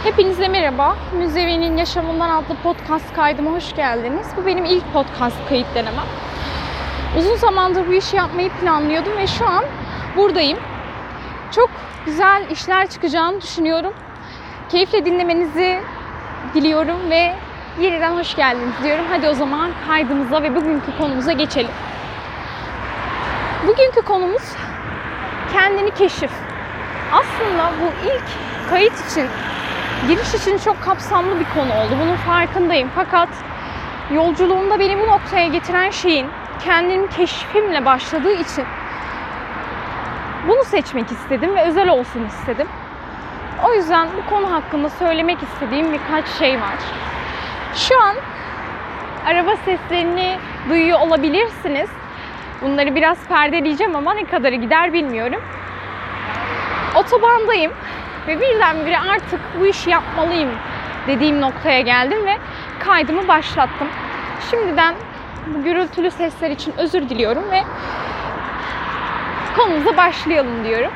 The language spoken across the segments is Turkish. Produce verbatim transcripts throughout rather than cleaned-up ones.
Hepinize merhaba. Müzevi'nin Yaşamından adlı podcast kaydıma hoş geldiniz. Bu benim ilk podcast kayıt denemem. Uzun zamandır bu işi yapmayı planlıyordum ve şu an buradayım. Çok güzel işler çıkacağını düşünüyorum. Keyifle dinlemenizi diliyorum ve yeniden hoş geldiniz diyorum. Hadi o zaman kaydımıza ve bugünkü konumuza geçelim. Bugünkü konumuz kendini keşif. Aslında bu ilk kayıt için, giriş için çok kapsamlı bir konu oldu. Bunun farkındayım. Fakat yolculuğumda beni bu noktaya getiren şeyin kendim keşfimle başladığı için bunu seçmek istedim ve özel olsun istedim. O yüzden bu konu hakkında söylemek istediğim birkaç şey var. Şu an araba seslerini duyuyor olabilirsiniz. Bunları biraz perdeleyeceğim ama ne kadarı gider bilmiyorum. Otobandayım ve birdenbire artık bu işi yapmalıyım dediğim noktaya geldim ve kaydımı başlattım. Şimdiden bu gürültülü sesler için özür diliyorum ve konumuza başlayalım diyorum.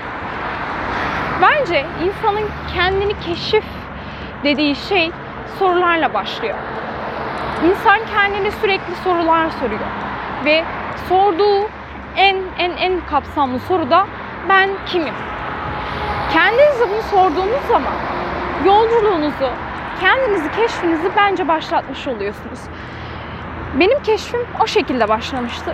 Bence insanın kendini keşif dediği şey sorularla başlıyor. İnsan kendine sürekli sorular soruyor ve sorduğu en en en kapsamlı soru da ben kimim? Kendinize bunu sorduğunuz zaman yolculuğunuzu, kendinizi, keşfinizi bence başlatmış oluyorsunuz. Benim keşfim o şekilde başlamıştı.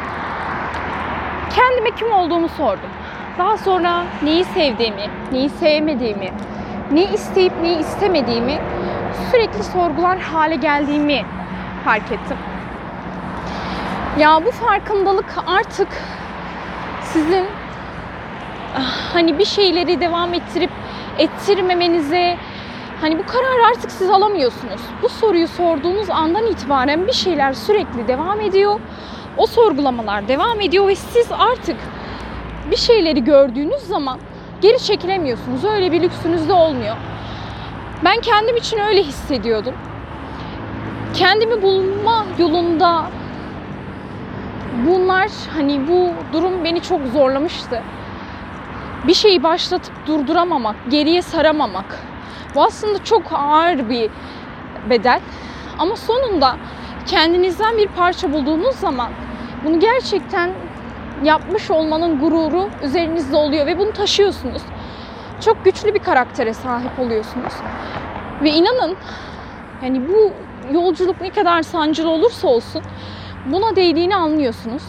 Kendime kim olduğumu sordum. Daha sonra neyi sevdiğimi, neyi sevmediğimi, neyi isteyip neyi istemediğimi sürekli sorgular hale geldiğimi fark ettim. Ya bu farkındalık artık sizin hani bir şeyleri devam ettirip ettirmemenize, hani bu kararı artık siz alamıyorsunuz. Bu soruyu sorduğunuz andan itibaren bir şeyler sürekli devam ediyor. O sorgulamalar devam ediyor ve siz artık bir şeyleri gördüğünüz zaman geri çekilemiyorsunuz. Öyle bir lüksünüz de olmuyor. Ben kendim için öyle hissediyordum. Kendimi bulma yolunda bunlar, hani bu durum beni çok zorlamıştı. Bir şeyi başlatıp durduramamak, geriye saramamak. Bu aslında çok ağır bir bedel. Ama sonunda kendinizden bir parça bulduğunuz zaman bunu gerçekten yapmış olmanın gururu üzerinizde oluyor ve bunu taşıyorsunuz. Çok güçlü bir karaktere sahip oluyorsunuz. Ve inanın, yani bu yolculuk ne kadar sancılı olursa olsun buna değdiğini anlıyorsunuz.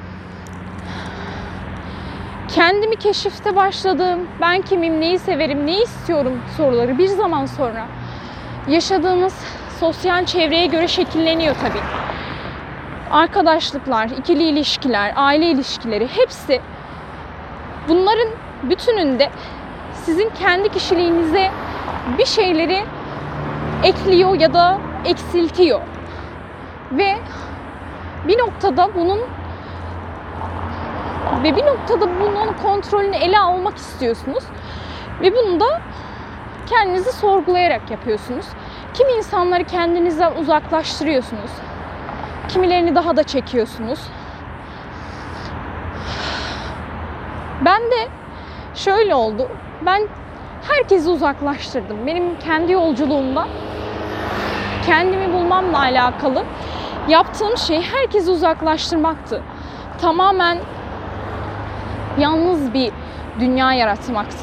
Kendimi keşifte başladığım, ben kimim, neyi severim, neyi istiyorum soruları bir zaman sonra yaşadığınız sosyal çevreye göre şekilleniyor tabii. Arkadaşlıklar, ikili ilişkiler, aile ilişkileri hepsi bunların bütününde sizin kendi kişiliğinize bir şeyleri ekliyor ya da eksiltiyor. Ve bir noktada bunun Ve bir noktada bunun kontrolünü ele almak istiyorsunuz. Ve bunu da kendinizi sorgulayarak yapıyorsunuz. Kimi insanları kendinizden uzaklaştırıyorsunuz. Kimilerini daha da çekiyorsunuz. Ben de şöyle oldu. Ben herkesi uzaklaştırdım. Benim kendi yolculuğumda kendimi bulmamla alakalı yaptığım şey herkesi uzaklaştırmaktı. Tamamen yalnız bir dünya yaratmaktı.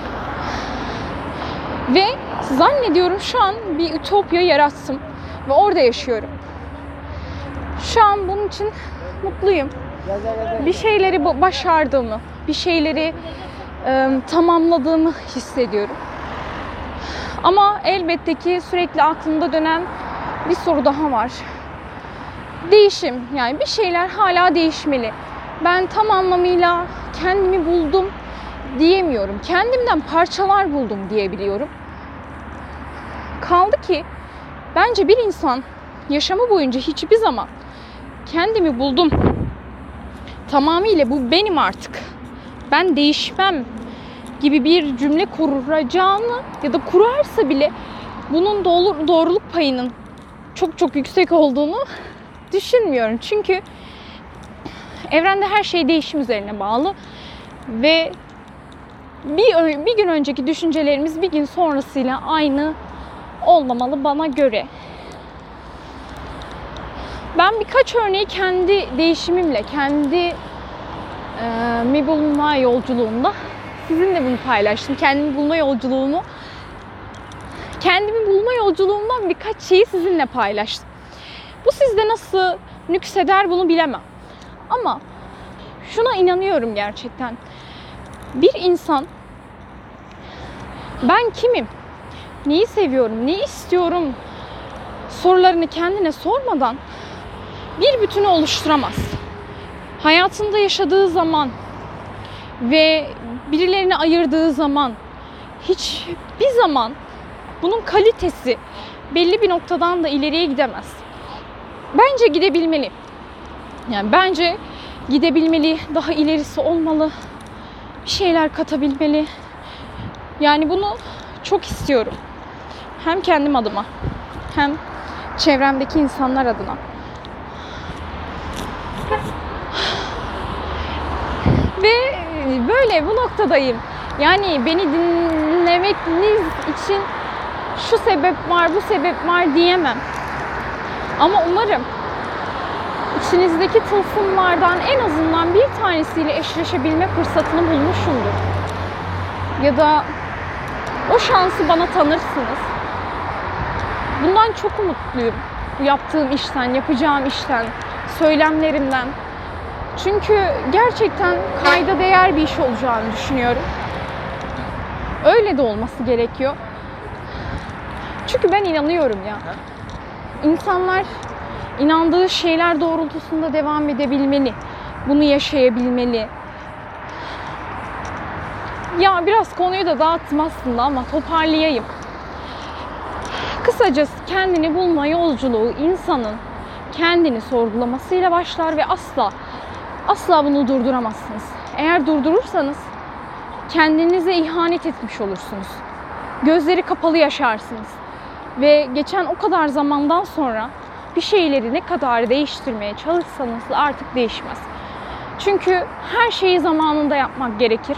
Ve zannediyorum şu an bir ütopya yarattım ve orada yaşıyorum. Şu an bunun için mutluyum. Bir şeyleri başardığımı, bir şeyleri e, tamamladığımı hissediyorum. Ama elbette ki sürekli aklımda dönen bir soru daha var. Değişim, yani bir şeyler hala değişmeli. Ben tam anlamıyla kendimi buldum diyemiyorum. Kendimden parçalar buldum diyebiliyorum. Kaldı ki bence bir insan yaşamı boyunca hiçbir zaman kendimi buldum, tamamıyla bu benim artık, ben değişmem gibi bir cümle kuracağını ya da kurarsa bile bunun doğru, doğruluk payının çok çok yüksek olduğunu düşünmüyorum. Çünkü evrende her şey değişim üzerine bağlı ve bir, bir gün önceki düşüncelerimiz bir gün sonrasıyla aynı olmamalı bana göre. Ben birkaç örneği kendi değişimimle, kendi e, mi bulma yolculuğumda sizinle bunu paylaştım. Kendimi bulma yolculuğumu, kendimi bulma yolculuğumdan birkaç şeyi sizinle paylaştım. Bu sizde nasıl nükseder bunu bilemem. Ama şuna inanıyorum gerçekten. Bir insan ben kimim, neyi seviyorum, ne istiyorum sorularını kendine sormadan bir bütünü oluşturamaz. Hayatında yaşadığı zaman ve birilerini ayırdığı zaman hiçbir zaman bunun kalitesi belli bir noktadan da ileriye gidemez. Bence gidebilmeli. Yani bence gidebilmeli, daha ilerisi olmalı, bir şeyler katabilmeli. Yani bunu çok istiyorum. Hem kendim adıma, hem çevremdeki insanlar adına. Ve böyle bu noktadayım. Yani beni dinlemeniz için şu sebep var, bu sebep var diyemem. Ama umarım içinizdeki tılsımlardan en azından bir tanesiyle eşleşebilme fırsatını bulmuşumdur. Ya da o şansı bana tanırsınız. Bundan çok umutluyum. Bu yaptığım işten, yapacağım işten, söylemlerimden. Çünkü gerçekten kayda değer bir iş olacağını düşünüyorum. Öyle de olması gerekiyor. Çünkü ben inanıyorum ya. İnsanlar inandığı şeyler doğrultusunda devam edebilmeli. Bunu yaşayabilmeli. Ya biraz konuyu da dağıttım aslında ama toparlayayım. Kısacası kendini bulma yolculuğu insanın kendini sorgulamasıyla başlar ve asla asla bunu durduramazsınız. Eğer durdurursanız kendinize ihanet etmiş olursunuz. Gözleri kapalı yaşarsınız. Ve geçen o kadar zamandan sonra bir şeyleri ne kadar değiştirmeye çalışsanız da artık değişmez. Çünkü her şeyi zamanında yapmak gerekir.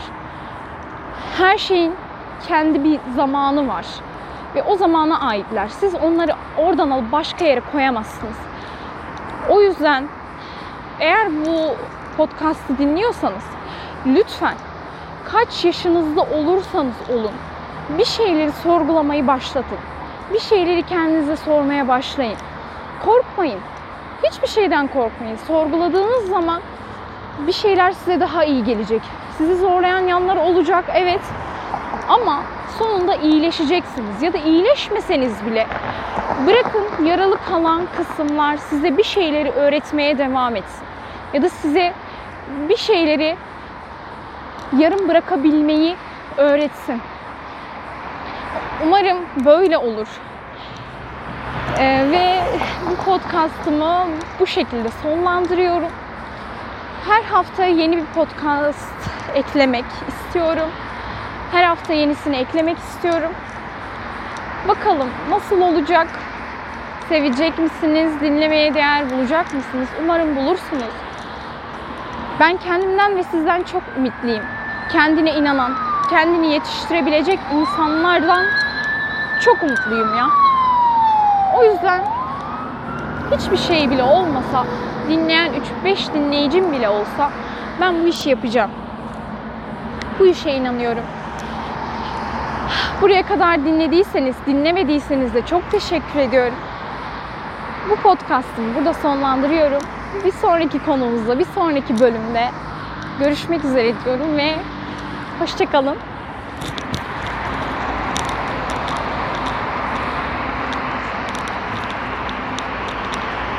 Her şeyin kendi bir zamanı var. Ve o zamana aitler. Siz onları oradan alıp başka yere koyamazsınız. O yüzden eğer bu podcast'ı dinliyorsanız lütfen kaç yaşınızda olursanız olun bir şeyleri sorgulamayı başlatın. Bir şeyleri kendinize sormaya başlayın. Korkmayın. Hiçbir şeyden korkmayın. Sorguladığınız zaman bir şeyler size daha iyi gelecek. Sizi zorlayan yanlar olacak, evet. Ama sonunda iyileşeceksiniz. Ya da iyileşmeseniz bile bırakın yaralı kalan kısımlar size bir şeyleri öğretmeye devam etsin. Ya da size bir şeyleri yarım bırakabilmeyi öğretsin. Umarım böyle olur. Ee, ve bu podcast'ımı bu şekilde sonlandırıyorum. Her hafta yeni bir podcast eklemek istiyorum. Her hafta yenisini eklemek istiyorum. Bakalım nasıl olacak? Sevecek misiniz? Dinlemeye değer bulacak mısınız? Umarım bulursunuz. Ben kendimden ve sizden çok ümitliyim. Kendine inanan, kendini yetiştirebilecek insanlardan çok umutluyum ya. O yüzden hiçbir şey bile olmasa, dinleyen üç beş dinleyicim bile olsa ben bu işi yapacağım. Bu işe inanıyorum. Buraya kadar dinlediyseniz, dinlemediyseniz de çok teşekkür ediyorum. Bu podcast'ımı burada sonlandırıyorum. Bir sonraki konumuzda, bir sonraki bölümde görüşmek üzere diyorum ve hoşça kalın.